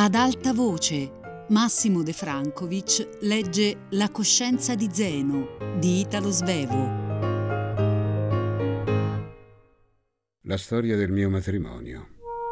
Ad alta voce, Massimo De Francovic legge La coscienza di Zeno di Italo Svevo. La storia del mio matrimonio.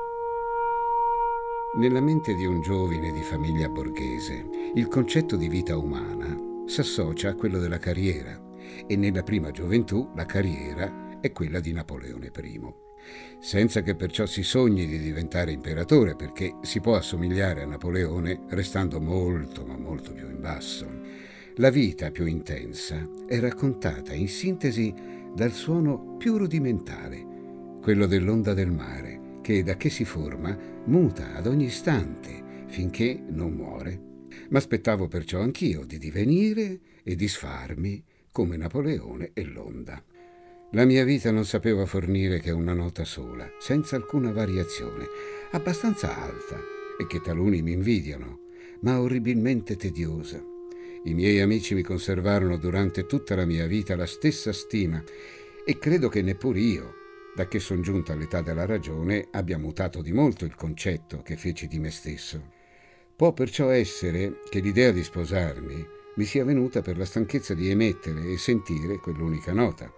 Nella mente di un giovine di famiglia borghese, il concetto di vita umana s'associa a quello della carriera e nella prima gioventù la carriera è quella di Napoleone I. Senza che perciò si sogni di diventare imperatore, perché si può assomigliare a Napoleone restando molto, ma molto più in basso. La vita più intensa è raccontata in sintesi dal suono più rudimentale, quello dell'onda del mare, che da che si forma muta ad ogni istante finché non muore. M'aspettavo perciò anch'io di divenire e disfarmi come Napoleone e l'onda. La mia vita non sapeva fornire che una nota sola, senza alcuna variazione, abbastanza alta e che taluni mi invidiano, ma orribilmente tediosa. I miei amici mi conservarono durante tutta la mia vita la stessa stima e credo che neppure io, da che son giunta all'età della ragione, abbia mutato di molto il concetto che feci di me stesso. Può perciò essere che l'idea di sposarmi mi sia venuta per la stanchezza di emettere e sentire quell'unica nota.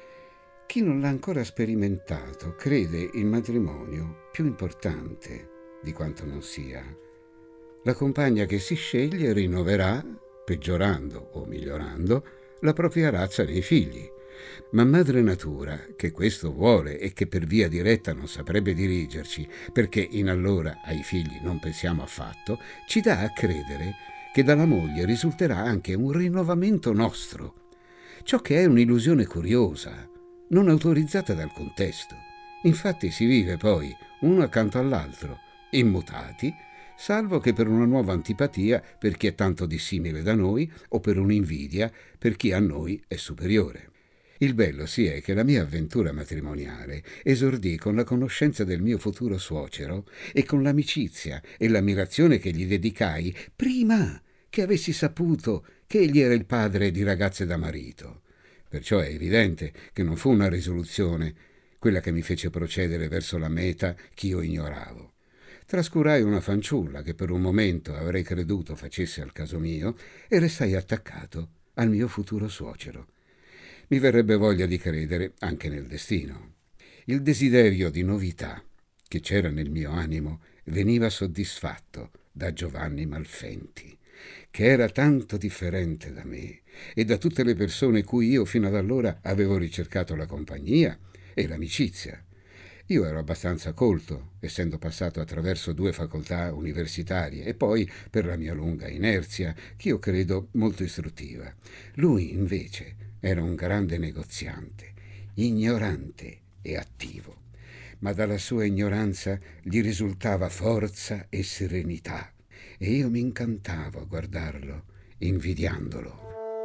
Chi non l'ha ancora sperimentato crede il matrimonio più importante di quanto non sia. La compagna che si sceglie rinnoverà, peggiorando o migliorando, la propria razza nei figli. Ma madre natura, che questo vuole e che per via diretta non saprebbe dirigerci, perché in allora ai figli non pensiamo affatto, ci dà a credere che dalla moglie risulterà anche un rinnovamento nostro. Ciò che è un'illusione curiosa, non autorizzata dal contesto. Infatti si vive poi uno accanto all'altro, immutati, salvo che per una nuova antipatia per chi è tanto dissimile da noi o per un'invidia per chi a noi è superiore. Il bello sì è che la mia avventura matrimoniale esordì con la conoscenza del mio futuro suocero e con l'amicizia e l'ammirazione che gli dedicai prima che avessi saputo che egli era il padre di ragazze da marito. Perciò è evidente che non fu una risoluzione quella che mi fece procedere verso la meta ch'io ignoravo. Trascurai una fanciulla che per un momento avrei creduto facesse al caso mio e restai attaccato al mio futuro suocero. Mi verrebbe voglia di credere anche nel destino. Il desiderio di novità che c'era nel mio animo veniva soddisfatto da Giovanni Malfenti, che era tanto differente da me e da tutte le persone cui io fino ad allora avevo ricercato la compagnia e l'amicizia. Io ero abbastanza colto, essendo passato attraverso 2 facoltà universitarie e poi per la mia lunga inerzia, che io credo molto istruttiva. Lui, invece, era un grande negoziante, ignorante e attivo, ma dalla sua ignoranza gli risultava forza e serenità, e io mi incantavo a guardarlo, invidiandolo.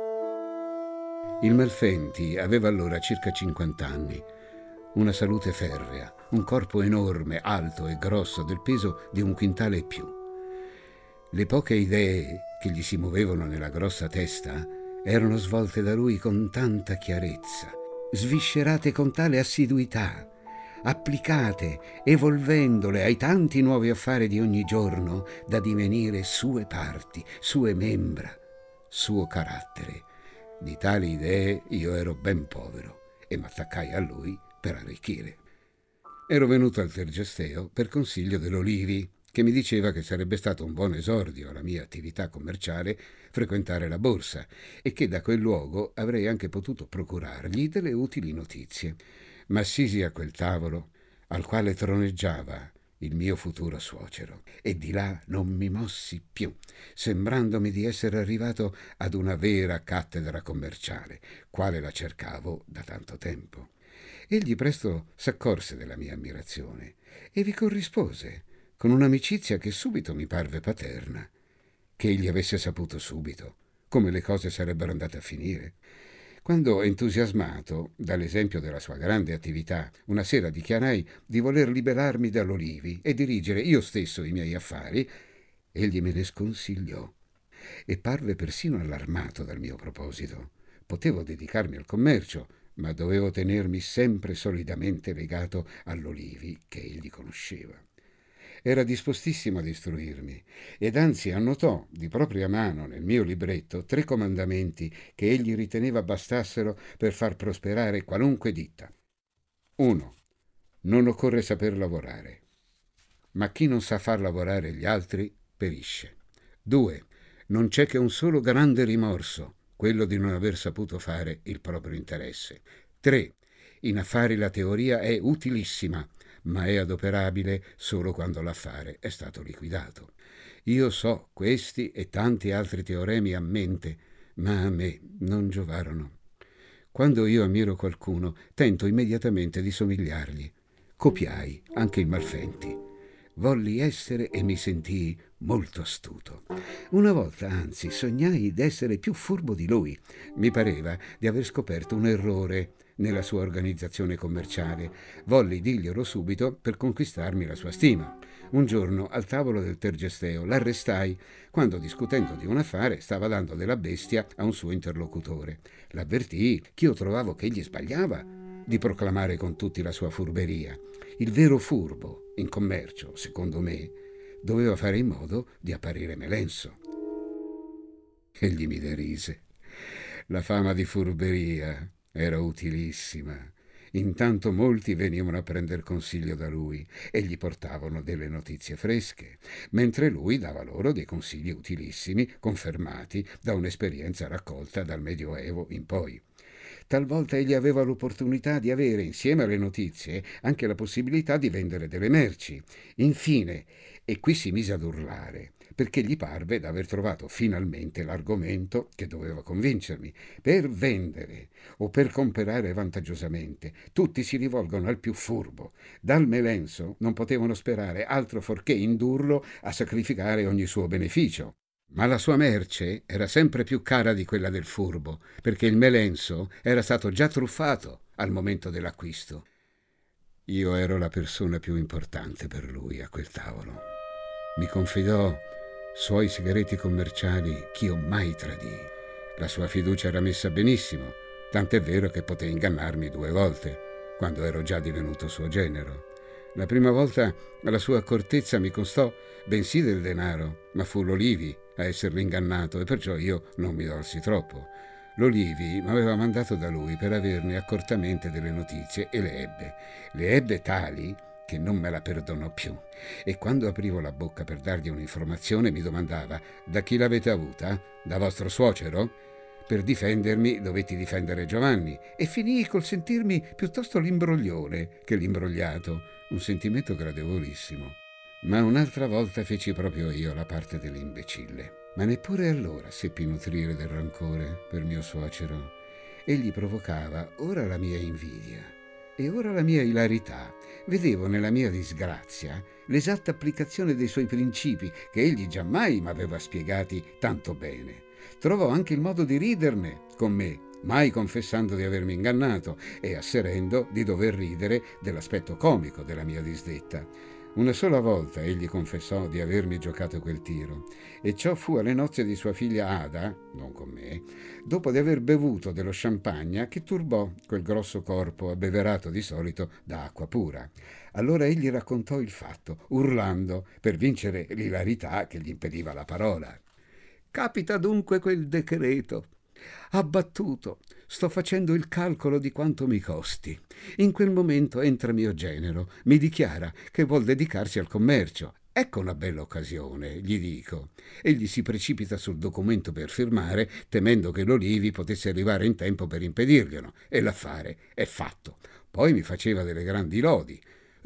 Il Malfenti aveva allora circa 50 anni, una salute ferrea, un corpo enorme, alto e grosso, del peso di 1 quintale e più. Le poche idee che gli si muovevano nella grossa testa erano svolte da lui con tanta chiarezza, sviscerate con tale assiduità, applicate, evolvendole ai tanti nuovi affari di ogni giorno da divenire sue parti, sue membra, suo carattere. Di tali idee io ero ben povero e m'attaccai a lui per arricchire. Ero venuto al Tergesteo per consiglio dell'Olivi, che mi diceva che sarebbe stato un buon esordio alla mia attività commerciale frequentare la borsa e che da quel luogo avrei anche potuto procurargli delle utili notizie. M'assisi a quel tavolo al quale troneggiava il mio futuro suocero e di là non mi mossi più, sembrandomi di essere arrivato ad una vera cattedra commerciale, quale la cercavo da tanto tempo. Egli presto s'accorse della mia ammirazione e vi corrispose con un'amicizia che subito mi parve paterna. Che egli avesse saputo subito come le cose sarebbero andate a finire. Quando, entusiasmato dall'esempio della sua grande attività, una sera dichiarai di voler liberarmi dall'Olivi e dirigere io stesso i miei affari, egli me ne sconsigliò e parve persino allarmato dal mio proposito. Potevo dedicarmi al commercio, ma dovevo tenermi sempre solidamente legato all'Olivi che egli conosceva. era dispostissimo a istruirmi ed anzi annotò di propria mano nel mio libretto 3 comandamenti che egli riteneva bastassero per far prosperare qualunque ditta. 1. Non occorre saper lavorare, ma chi non sa far lavorare gli altri perisce. 2. Non c'è che un solo grande rimorso, quello di non aver saputo fare il proprio interesse. 3. In affari la teoria è utilissima, ma è adoperabile solo quando l'affare è stato liquidato. Io so questi e tanti altri teoremi a mente, ma a me non giovarono. Quando io ammiro qualcuno, tento immediatamente di somigliargli. Copiai anche i Malfenti. Volli essere e mi sentii molto astuto. Una volta, anzi, sognai d'essere più furbo di lui. Mi pareva di aver scoperto un errore nella sua organizzazione commerciale. Volli dirglielo subito per conquistarmi la sua stima. Un giorno, al tavolo del tergesteo, l'arrestai quando, discutendo di un affare, stava dando della bestia a un suo interlocutore. L'avvertii che io trovavo che egli sbagliava di proclamare con tutti la sua furberia. Il vero furbo in commercio, secondo me, doveva fare in modo di apparire melenso. Egli mi derise. La fama di furberia era utilissima. Intanto molti venivano a prender consiglio da lui e gli portavano delle notizie fresche, mentre lui dava loro dei consigli utilissimi, confermati da un'esperienza raccolta dal Medioevo in poi. Talvolta egli aveva l'opportunità di avere, insieme alle notizie, anche la possibilità di vendere delle merci. Infine, e qui si mise ad urlare, perché gli parve d'aver trovato finalmente l'argomento che doveva convincermi. Per vendere o per comprare vantaggiosamente, tutti si rivolgono al più furbo. Dal melenso non potevano sperare altro fuorché indurlo a sacrificare ogni suo beneficio. Ma la sua merce era sempre più cara di quella del furbo, perché il melenso era stato già truffato al momento dell'acquisto. Io ero la persona più importante per lui a quel tavolo. Mi confidò suoi segreti commerciali ch'io mai tradii. La sua fiducia era messa benissimo, tant'è vero che poté ingannarmi 2 volte, quando ero già divenuto suo genero. La prima volta la sua accortezza mi costò bensì del denaro, ma fu l'Olivi a esserlo ingannato e perciò io non mi dolsi troppo. L'Olivi m'aveva mandato da lui per averne accortamente delle notizie e le ebbe tali che non me la perdonò più, e quando aprivo la bocca per dargli un'informazione mi domandava: da chi l'avete avuta? Da vostro suocero? Per difendermi dovetti difendere Giovanni e finii col sentirmi piuttosto l'imbroglione che l'imbrogliato, un sentimento gradevolissimo. Ma un'altra volta feci proprio io la parte dell'imbecille, ma neppure allora seppi nutrire del rancore per mio suocero. Egli provocava ora la mia invidia e ora la mia ilarità. Vedevo nella mia disgrazia l'esatta applicazione dei suoi principi che egli giammai m'aveva spiegati tanto bene. Trovò anche il modo di riderne con me, mai confessando di avermi ingannato e asserendo di dover ridere dell'aspetto comico della mia disdetta. Una sola volta egli confessò di avermi giocato quel tiro, e ciò fu alle nozze di sua figlia Ada, non con me, dopo di aver bevuto dello champagne che turbò quel grosso corpo abbeverato di solito da acqua pura. Allora egli raccontò il fatto, urlando, per vincere l'ilarità che gli impediva la parola. Capita dunque quel decreto. Abbattuto, sto facendo il calcolo di quanto mi costi. In quel momento entra mio genero, mi dichiara che vuol dedicarsi al commercio. Ecco una bella occasione, gli dico. Egli si precipita sul documento per firmare, temendo che l'Olivi potesse arrivare in tempo per impedirglielo, e l'affare è fatto. Poi mi faceva delle grandi lodi.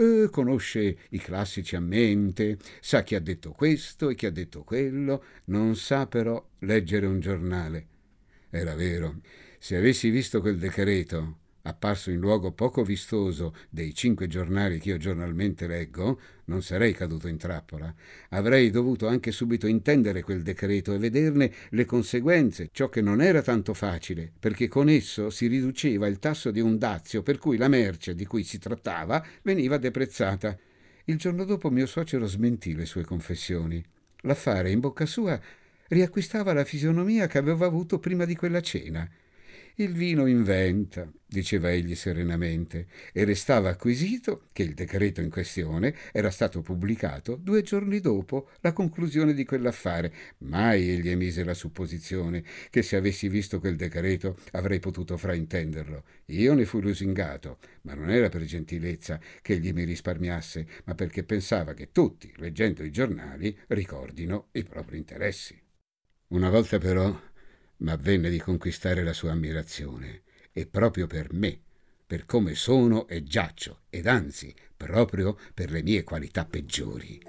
Conosce i classici a mente, sa chi ha detto questo e chi ha detto quello, non sa però leggere un giornale. Era vero, se avessi visto quel decreto, apparso in luogo poco vistoso dei 5 giornali che io giornalmente leggo, non sarei caduto in trappola. Avrei dovuto anche subito intendere quel decreto e vederne le conseguenze, ciò che non era tanto facile, perché con esso si riduceva il tasso di un dazio per cui la merce di cui si trattava veniva deprezzata. Il giorno dopo mio suocero smentì le sue confessioni. L'affare in bocca sua riacquistava la fisionomia che aveva avuto prima di quella cena. Il vino inventa, diceva egli serenamente, e restava acquisito che il decreto in questione era stato pubblicato 2 giorni dopo la conclusione di quell'affare. Mai egli emise la supposizione che se avessi visto quel decreto avrei potuto fraintenderlo. Io ne fui lusingato, ma non era per gentilezza che egli mi risparmiasse, ma perché pensava che tutti, leggendo i giornali, ricordino i propri interessi. Una volta però m'avvenne di conquistare la sua ammirazione, e proprio per me, per come sono e giaccio, ed anzi, proprio per le mie qualità peggiori.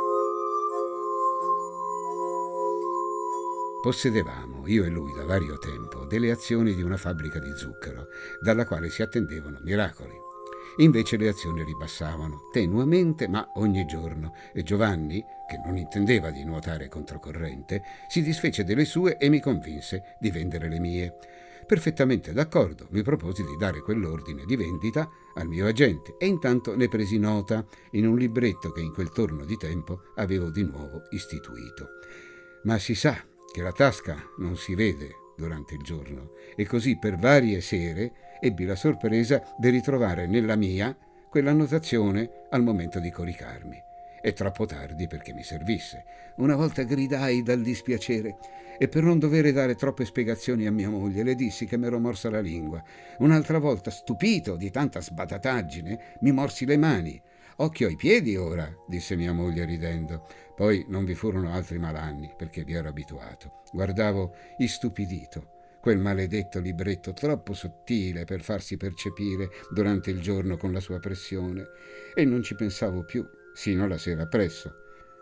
Possedevamo, io e lui da vario tempo, delle azioni di una fabbrica di zucchero, dalla quale si attendevano miracoli. Invece le azioni ribassavano, tenuamente ma ogni giorno, e Giovanni, che non intendeva di nuotare controcorrente, si disfece delle sue e mi convinse di vendere le mie. Perfettamente d'accordo, mi proposi di dare quell'ordine di vendita al mio agente e intanto ne presi nota in un libretto che in quel torno di tempo avevo di nuovo istituito. Ma si sa che la tasca non si vede durante il giorno, e così per varie sere ebbi la sorpresa di ritrovare nella mia quell'annotazione al momento di coricarmi. E troppo tardi perché mi servisse. Una volta gridai dal dispiacere e per non dover dare troppe spiegazioni a mia moglie le dissi che m'ero morsa la lingua. Un'altra volta, stupito di tanta sbatataggine, mi morsi le mani. «Occhio ai piedi ora», disse mia moglie ridendo. Poi non vi furono altri malanni perché vi ero abituato. Guardavo istupidito quel maledetto libretto troppo sottile per farsi percepire durante il giorno con la sua pressione, e non ci pensavo più sino alla sera appresso.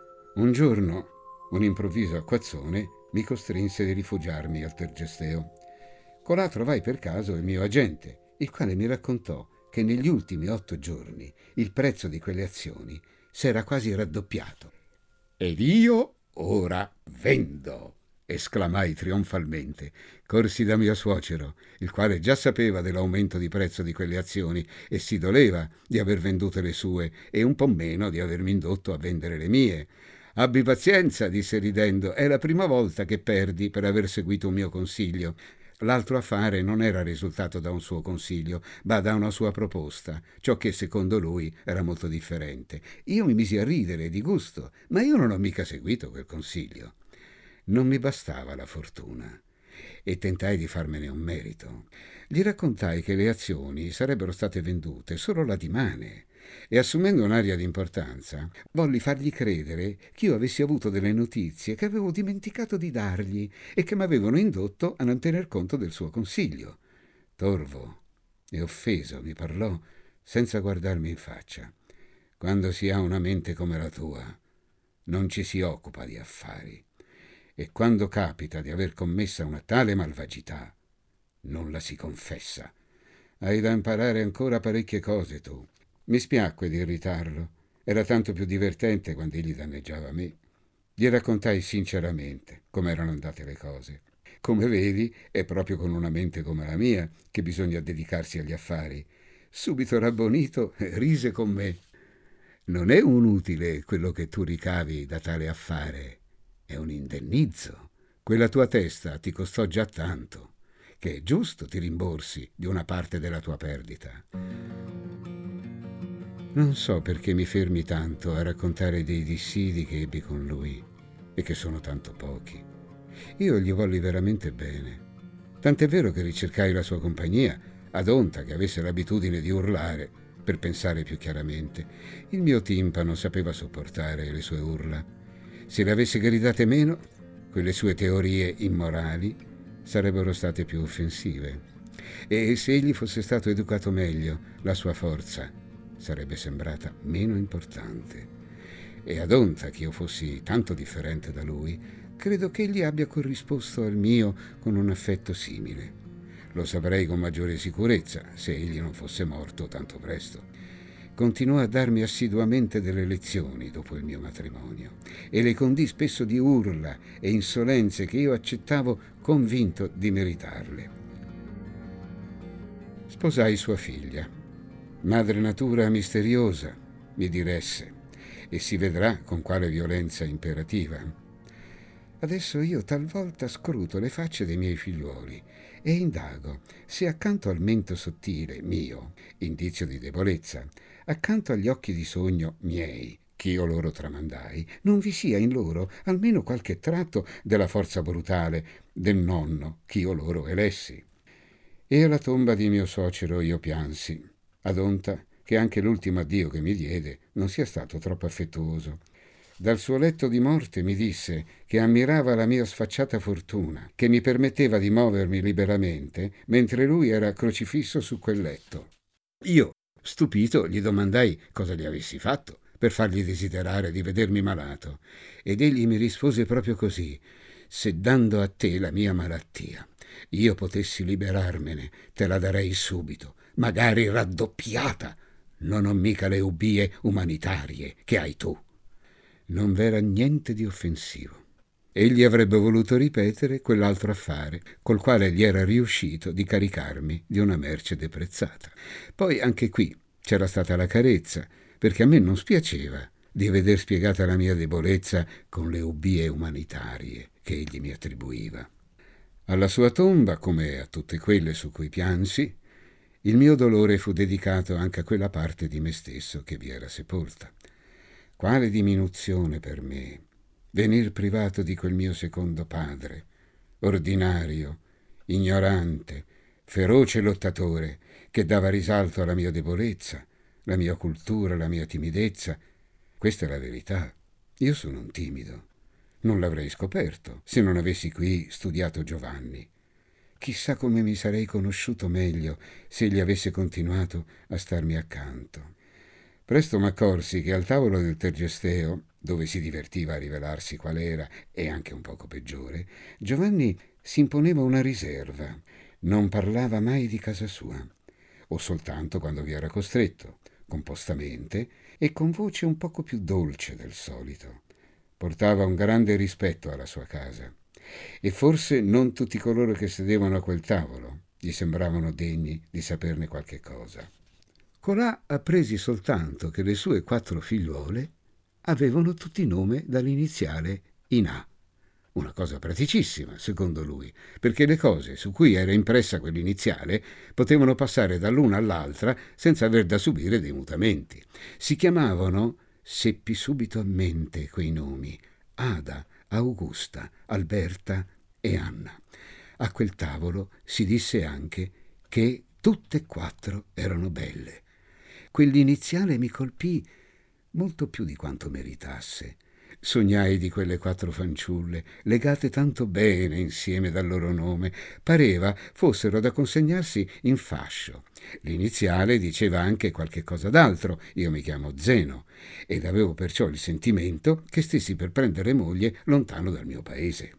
Un giorno un improvviso acquazzone mi costrinse di rifugiarmi al Tergesteo. Colà trovai per caso il mio agente, il quale mi raccontò che negli ultimi 8 giorni il prezzo di quelle azioni s'era quasi raddoppiato. «Ed io ora vendo!» esclamai trionfalmente. Corsi da mio suocero, il quale già sapeva dell'aumento di prezzo di quelle azioni e si doleva di aver vendute le sue e un po' meno di avermi indotto a vendere le mie. «Abbi pazienza», disse ridendo, «è la prima volta che perdi per aver seguito un mio consiglio». L'altro affare non era risultato da un suo consiglio, ma da una sua proposta, ciò che secondo lui era molto differente. Io mi misi a ridere di gusto, ma io non ho mica seguito quel consiglio. Non mi bastava la fortuna e tentai di farmene un merito. Gli raccontai che le azioni sarebbero state vendute solo la dimane e, assumendo un'aria di importanza, volli fargli credere che io avessi avuto delle notizie che avevo dimenticato di dargli e che mi avevano indotto a non tener conto del suo consiglio. Torvo e offeso mi parlò senza guardarmi in faccia. «Quando si ha una mente come la tua, non ci si occupa di affari. E quando capita di aver commessa una tale malvagità, non la si confessa. Hai da imparare ancora parecchie cose tu». Mi spiacque di irritarlo. Era tanto più divertente quando egli danneggiava me. Gli raccontai sinceramente come erano andate le cose. «Come vedi, è proprio con una mente come la mia che bisogna dedicarsi agli affari». Subito rabbonito, rise con me. «Non è un utile quello che tu ricavi da tale affare, è un indennizzo. Quella tua testa ti costò già tanto, che è giusto ti rimborsi di una parte della tua perdita». Non so perché mi fermi tanto a raccontare dei dissidi che ebbi con lui, e che sono tanto pochi. Io gli volli veramente bene. Tant'è vero che ricercai la sua compagnia, ad onta che avesse l'abitudine di urlare, per pensare più chiaramente. Il mio timpano sapeva sopportare le sue urla. Se le avesse gridate meno, quelle sue teorie immorali sarebbero state più offensive. E se egli fosse stato educato meglio, la sua forza sarebbe sembrata meno importante. E ad onta che io fossi tanto differente da lui, credo che egli abbia corrisposto al mio con un affetto simile. Lo saprei con maggiore sicurezza se egli non fosse morto tanto presto. Continuò a darmi assiduamente delle lezioni dopo il mio matrimonio e le condì spesso di urla e insolenze che io accettavo convinto di meritarle. Sposai sua figlia. «Madre natura misteriosa», mi diresse, e si vedrà con quale violenza imperativa. Adesso io talvolta scruto le facce dei miei figliuoli e indago se accanto al mento sottile mio, indizio di debolezza, accanto agli occhi di sogno miei, ch'io loro tramandai, non vi sia in loro almeno qualche tratto della forza brutale del nonno ch'io loro elessi. E alla tomba di mio suocero io piansi, ad onta che anche l'ultimo addio che mi diede non sia stato troppo affettuoso. Dal suo letto di morte mi disse che ammirava la mia sfacciata fortuna, che mi permetteva di muovermi liberamente mentre lui era crocifisso su quel letto. Io, stupito, gli domandai cosa gli avessi fatto per fargli desiderare di vedermi malato, ed egli mi rispose proprio così: se dando a te la mia malattia io potessi liberarmene, te la darei subito, magari raddoppiata. Non ho mica le ubbie umanitarie che hai tu. Non v'era niente di offensivo. Egli avrebbe voluto ripetere quell'altro affare, col quale gli era riuscito di caricarmi di una merce deprezzata. Poi anche qui c'era stata la carezza, perché a me non spiaceva di veder spiegata la mia debolezza con le ubbie umanitarie che egli mi attribuiva. Alla sua tomba, come a tutte quelle su cui piansi, il mio dolore fu dedicato anche a quella parte di me stesso che vi era sepolta. Quale diminuzione per me venir privato di quel mio secondo padre, ordinario, ignorante, feroce lottatore, che dava risalto alla mia debolezza, la mia cultura, la mia timidezza. Questa è la verità. Io sono un timido. Non l'avrei scoperto se non avessi qui studiato Giovanni. Chissà come mi sarei conosciuto meglio se egli avesse continuato a starmi accanto. Presto m'accorsi che al tavolo del Tergesteo, dove si divertiva a rivelarsi qual era, e anche un poco peggiore, Giovanni si imponeva una riserva. Non parlava mai di casa sua, o soltanto quando vi era costretto, compostamente e con voce un poco più dolce del solito. Portava un grande rispetto alla sua casa, e forse non tutti coloro che sedevano a quel tavolo gli sembravano degni di saperne qualche cosa. Colà appresi soltanto che le sue 4 figliuole avevano tutti nome dall'iniziale in A. Una cosa praticissima, secondo lui, perché le cose su cui era impressa quell'iniziale potevano passare dall'una all'altra senza aver da subire dei mutamenti. Si chiamavano, seppi subito a mente quei nomi, Ada, Augusta, Alberta e Anna. A quel tavolo si disse anche che tutte e 4 erano belle. Quell'iniziale mi colpì molto più di quanto meritasse. Sognai di quelle 4 fanciulle, legate tanto bene insieme dal loro nome, pareva fossero da consegnarsi in fascio. L'iniziale diceva anche qualche cosa d'altro, io mi chiamo Zeno, ed avevo perciò il sentimento che stessi per prendere moglie lontano dal mio paese.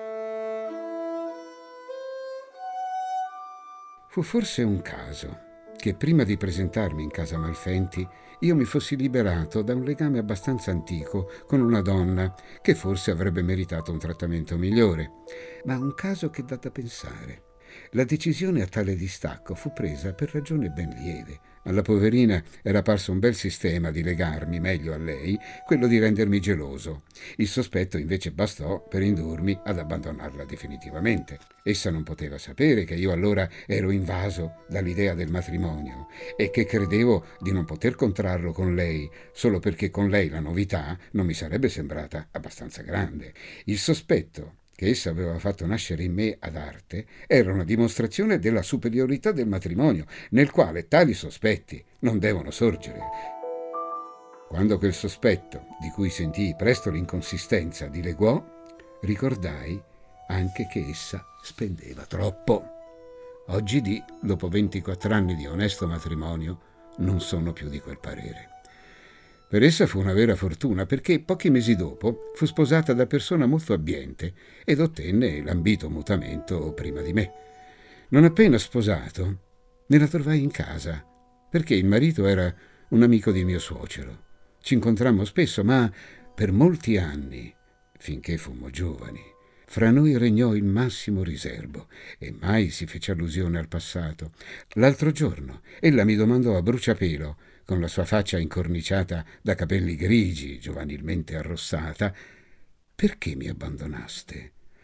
Fu forse un caso che prima di presentarmi in casa Malfenti io mi fossi liberato da un legame abbastanza antico con una donna che forse avrebbe meritato un trattamento migliore, ma un caso che dà da pensare. La decisione a tale distacco fu presa per ragione ben lieve. Alla poverina era parso un bel sistema di legarmi meglio a lei, quello di rendermi geloso. Il sospetto invece bastò per indurmi ad abbandonarla definitivamente. Essa non poteva sapere che io allora ero invaso dall'idea del matrimonio e che credevo di non poter contrarlo con lei solo perché con lei la novità non mi sarebbe sembrata abbastanza grande. Il sospetto che essa aveva fatto nascere in me ad arte era una dimostrazione della superiorità del matrimonio, nel quale tali sospetti non devono sorgere. Quando quel sospetto, di cui sentii presto l'inconsistenza, dileguò, ricordai anche che essa spendeva troppo. Oggidì, dopo 24 anni di onesto matrimonio, non sono più di quel parere. Per essa fu una vera fortuna, perché pochi mesi dopo fu sposata da persona molto abbiente ed ottenne l'ambito mutamento prima di me. Non appena sposato, me la trovai in casa, perché il marito era un amico di mio suocero. Ci incontrammo spesso, ma per molti anni, finché fummo giovani, fra noi regnò il massimo riserbo e mai si fece allusione al passato. L'altro giorno ella mi domandò a bruciapelo, con la sua faccia incorniciata da capelli grigi, giovanilmente arrossata: «Perché mi abbandonaste?»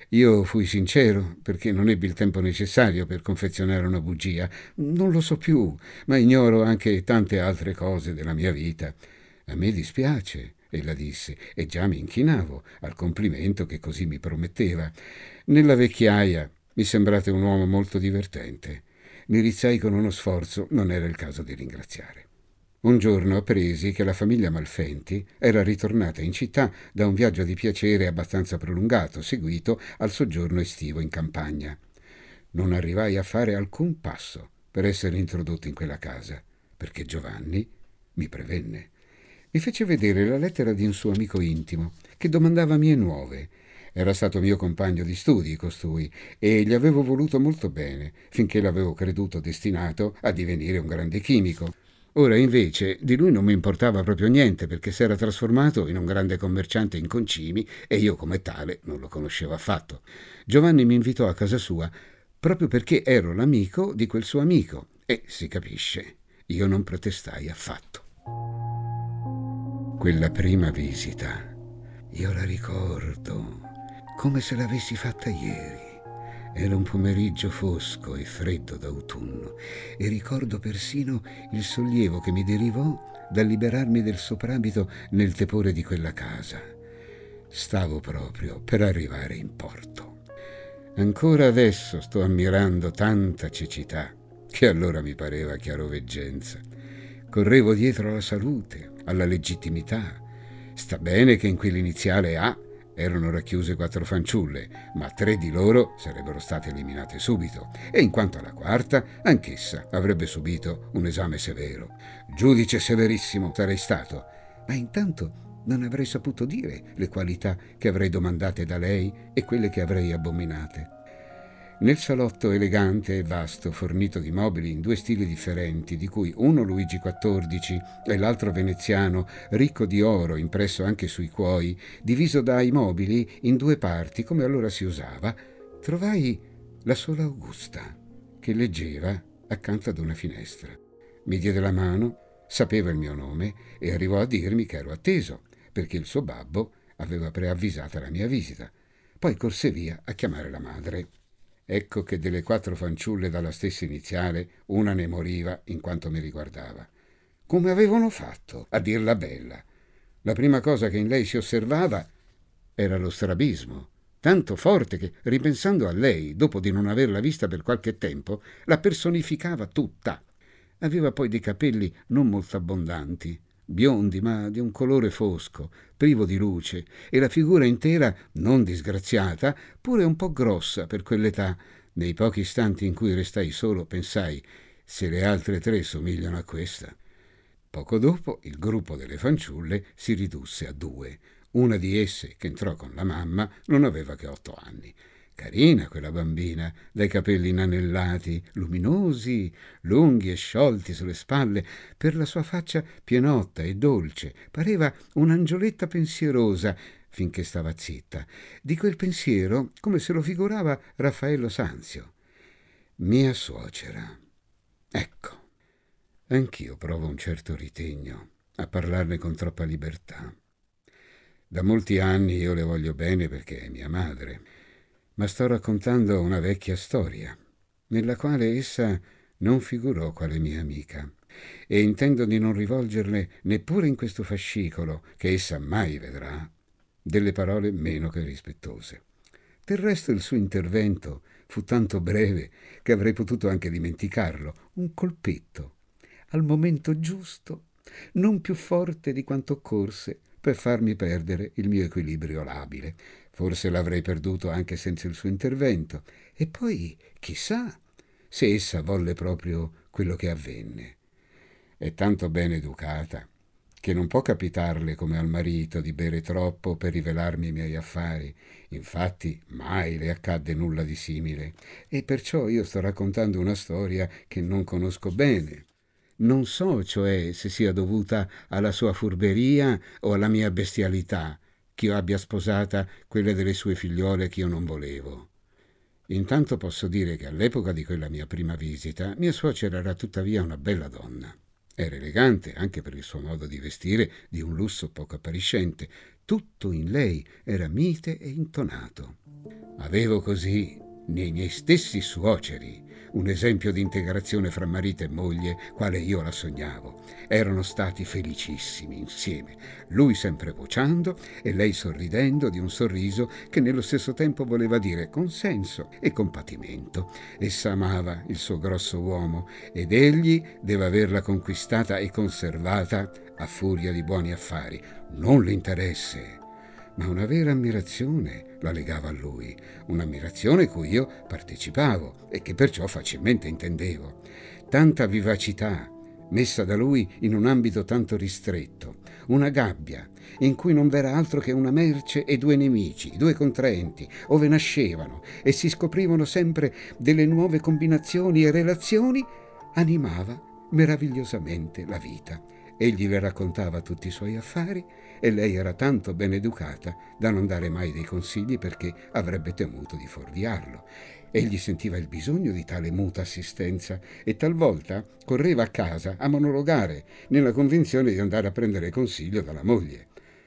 Io fui sincero perché non ebbi il tempo necessario per confezionare una bugia. Non lo so più, ma ignoro anche tante altre cose della mia vita. A me dispiace, ella disse, e già mi inchinavo al complimento che così mi prometteva. Nella vecchiaia mi sembrate un uomo molto divertente. Mi rizzai con uno sforzo, non era il caso di ringraziare. Un giorno appresi che la famiglia Malfenti era ritornata in città da un viaggio di piacere abbastanza prolungato, seguito al soggiorno estivo in campagna. Non arrivai a fare alcun passo per essere introdotto in quella casa, perché Giovanni mi prevenne. Mi fece vedere la lettera di un suo amico intimo, che domandava mie nuove. Era stato mio compagno di studi, costui, e gli avevo voluto molto bene, finché l'avevo creduto destinato a divenire un grande chimico. Ora invece di lui non mi importava proprio niente perché si era trasformato in un grande commerciante in concimi e io come tale non lo conoscevo affatto. Giovanni mi invitò a casa sua proprio perché ero l'amico di quel suo amico e, si capisce, io non protestai affatto. Quella prima visita, io la ricordo come se l'avessi fatta ieri. Era un pomeriggio fosco e freddo d'autunno e ricordo persino il sollievo che mi derivò dal liberarmi del soprabito nel tepore di quella casa. Stavo proprio per arrivare in porto. Ancora adesso sto ammirando tanta cecità che allora mi pareva chiaroveggenza. Correvo dietro alla salute, alla legittimità. Sta bene che in quell'iniziale A erano racchiuse 4 fanciulle, ma 3 di loro sarebbero state eliminate subito, e in quanto alla quarta, anch'essa avrebbe subito un esame severo. Giudice severissimo sarei stato, ma intanto non avrei saputo dire le qualità che avrei domandate da lei e quelle che avrei abominate. Nel salotto elegante e vasto, fornito di mobili in 2 stili differenti, di cui uno Luigi XIV e l'altro veneziano, ricco di oro impresso anche sui cuoi, diviso dai mobili in 2 parti, come allora si usava, trovai la sola Augusta, che leggeva accanto ad una finestra. Mi diede la mano, sapeva il mio nome e arrivò a dirmi che ero atteso, perché il suo babbo aveva preavvisata la mia visita. Poi corse via a chiamare la madre. Ecco che delle 4 fanciulle dalla stessa iniziale, una ne moriva in quanto mi riguardava. Come avevano fatto, a dirla bella? La prima cosa che in lei si osservava era lo strabismo, tanto forte che, ripensando a lei, dopo di non averla vista per qualche tempo, la personificava tutta. Aveva poi dei capelli non molto abbondanti, biondi ma di un colore fosco, privo di luce, e la figura intera, non disgraziata, pure un po' grossa per quell'età. Nei pochi istanti in cui restai solo pensai, se le altre 3 somigliano a questa. Poco dopo il gruppo delle fanciulle si ridusse a 2. Una di esse, che entrò con la mamma, non aveva che 8 anni. Carina quella bambina, dai capelli inanellati, luminosi, lunghi e sciolti sulle spalle, per la sua faccia pienotta e dolce. Pareva un'angioletta pensierosa, finché stava zitta. Di quel pensiero come se lo figurava Raffaello Sanzio. Mia suocera. Ecco, anch'io provo un certo ritegno a parlarne con troppa libertà. Da molti anni io le voglio bene perché è mia madre, ma sto raccontando una vecchia storia, nella quale essa non figurò quale mia amica, e intendo di non rivolgerle neppure in questo fascicolo, che essa mai vedrà, delle parole meno che rispettose. Del resto il suo intervento fu tanto breve che avrei potuto anche dimenticarlo, un colpetto, al momento giusto, non più forte di quanto occorse per farmi perdere il mio equilibrio labile. Forse l'avrei perduto anche senza il suo intervento. E poi, chissà, se essa volle proprio quello che avvenne. È tanto ben educata che non può capitarle come al marito di bere troppo per rivelarmi i miei affari. Infatti mai le accadde nulla di simile, e perciò io sto raccontando una storia che non conosco bene. Non so, cioè, se sia dovuta alla sua furberia o alla mia bestialità che io abbia sposata quella delle sue figliuole che io non volevo. Intanto posso dire che all'epoca di quella mia prima visita mia suocera era tuttavia una bella donna. Era elegante anche per il suo modo di vestire, di un lusso poco appariscente. Tutto in lei era mite e intonato. Avevo così, nei miei stessi suoceri, un esempio di integrazione fra marito e moglie, quale io la sognavo. Erano stati felicissimi insieme, lui sempre vociando e lei sorridendo di un sorriso che nello stesso tempo voleva dire consenso e compatimento. Essa amava il suo grosso uomo ed egli deve averla conquistata e conservata a furia di buoni affari, non l'interesse, ma una vera ammirazione la legava a lui, un'ammirazione cui io partecipavo e che perciò facilmente intendevo. Tanta vivacità, messa da lui in un ambito tanto ristretto, una gabbia in cui non v'era altro che una merce e due nemici, due contraenti, ove nascevano e si scoprivano sempre delle nuove combinazioni e relazioni, animava meravigliosamente la vita. Egli le raccontava tutti i suoi affari e lei era tanto ben educata da non dare mai dei consigli perché avrebbe temuto di fuorviarlo. Egli sentiva il bisogno di tale muta assistenza e talvolta correva a casa a monologare nella convinzione di andare a prendere consiglio dalla moglie.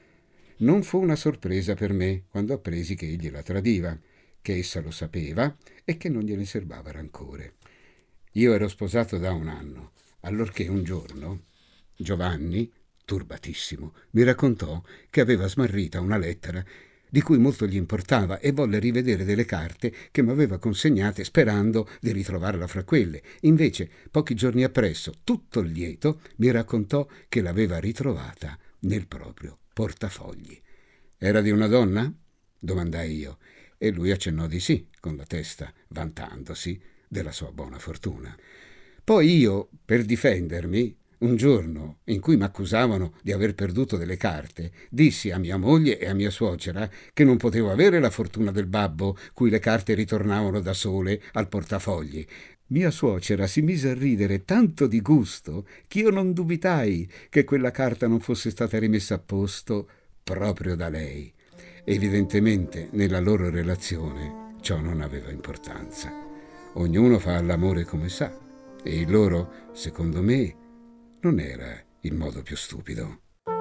Non fu una sorpresa per me quando appresi che egli la tradiva, che essa lo sapeva e che non gliene serbava rancore. Io ero sposato da 1 anno, allorché un giorno Giovanni, turbatissimo, mi raccontò che aveva smarrita una lettera di cui molto gli importava e volle rivedere delle carte che mi aveva consegnate sperando di ritrovarla fra quelle. Invece, pochi giorni appresso, tutto lieto, mi raccontò che l'aveva ritrovata nel proprio portafogli. «Era di una donna?» domandai io, e lui accennò di sì, con la testa, vantandosi della sua buona fortuna. Poi io, per difendermi, un giorno in cui mi accusavano di aver perduto delle carte, dissi a mia moglie e a mia suocera che non potevo avere la fortuna del babbo, cui le carte ritornavano da sole al portafogli. Mia suocera si mise a ridere tanto di gusto che io non dubitai che quella carta non fosse stata rimessa a posto proprio da lei. Evidentemente nella loro relazione ciò non aveva importanza. Ognuno fa all'amore come sa, e il loro, secondo me, non era il modo più stupido.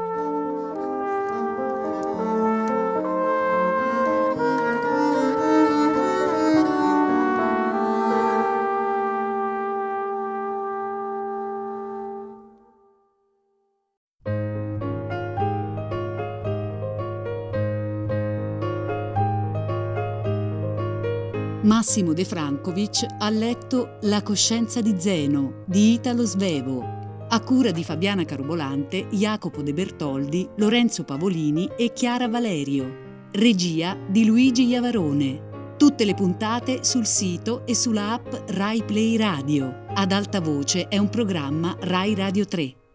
Massimo De Francovic ha letto La coscienza di Zeno di Italo Svevo, a cura di Fabiana Carobolante, Jacopo De Bertoldi, Lorenzo Pavolini e Chiara Valerio. Regia di Luigi Iavarone. Tutte le puntate sul sito e sulla app Rai Play Radio. Ad alta voce è un programma Rai Radio 3.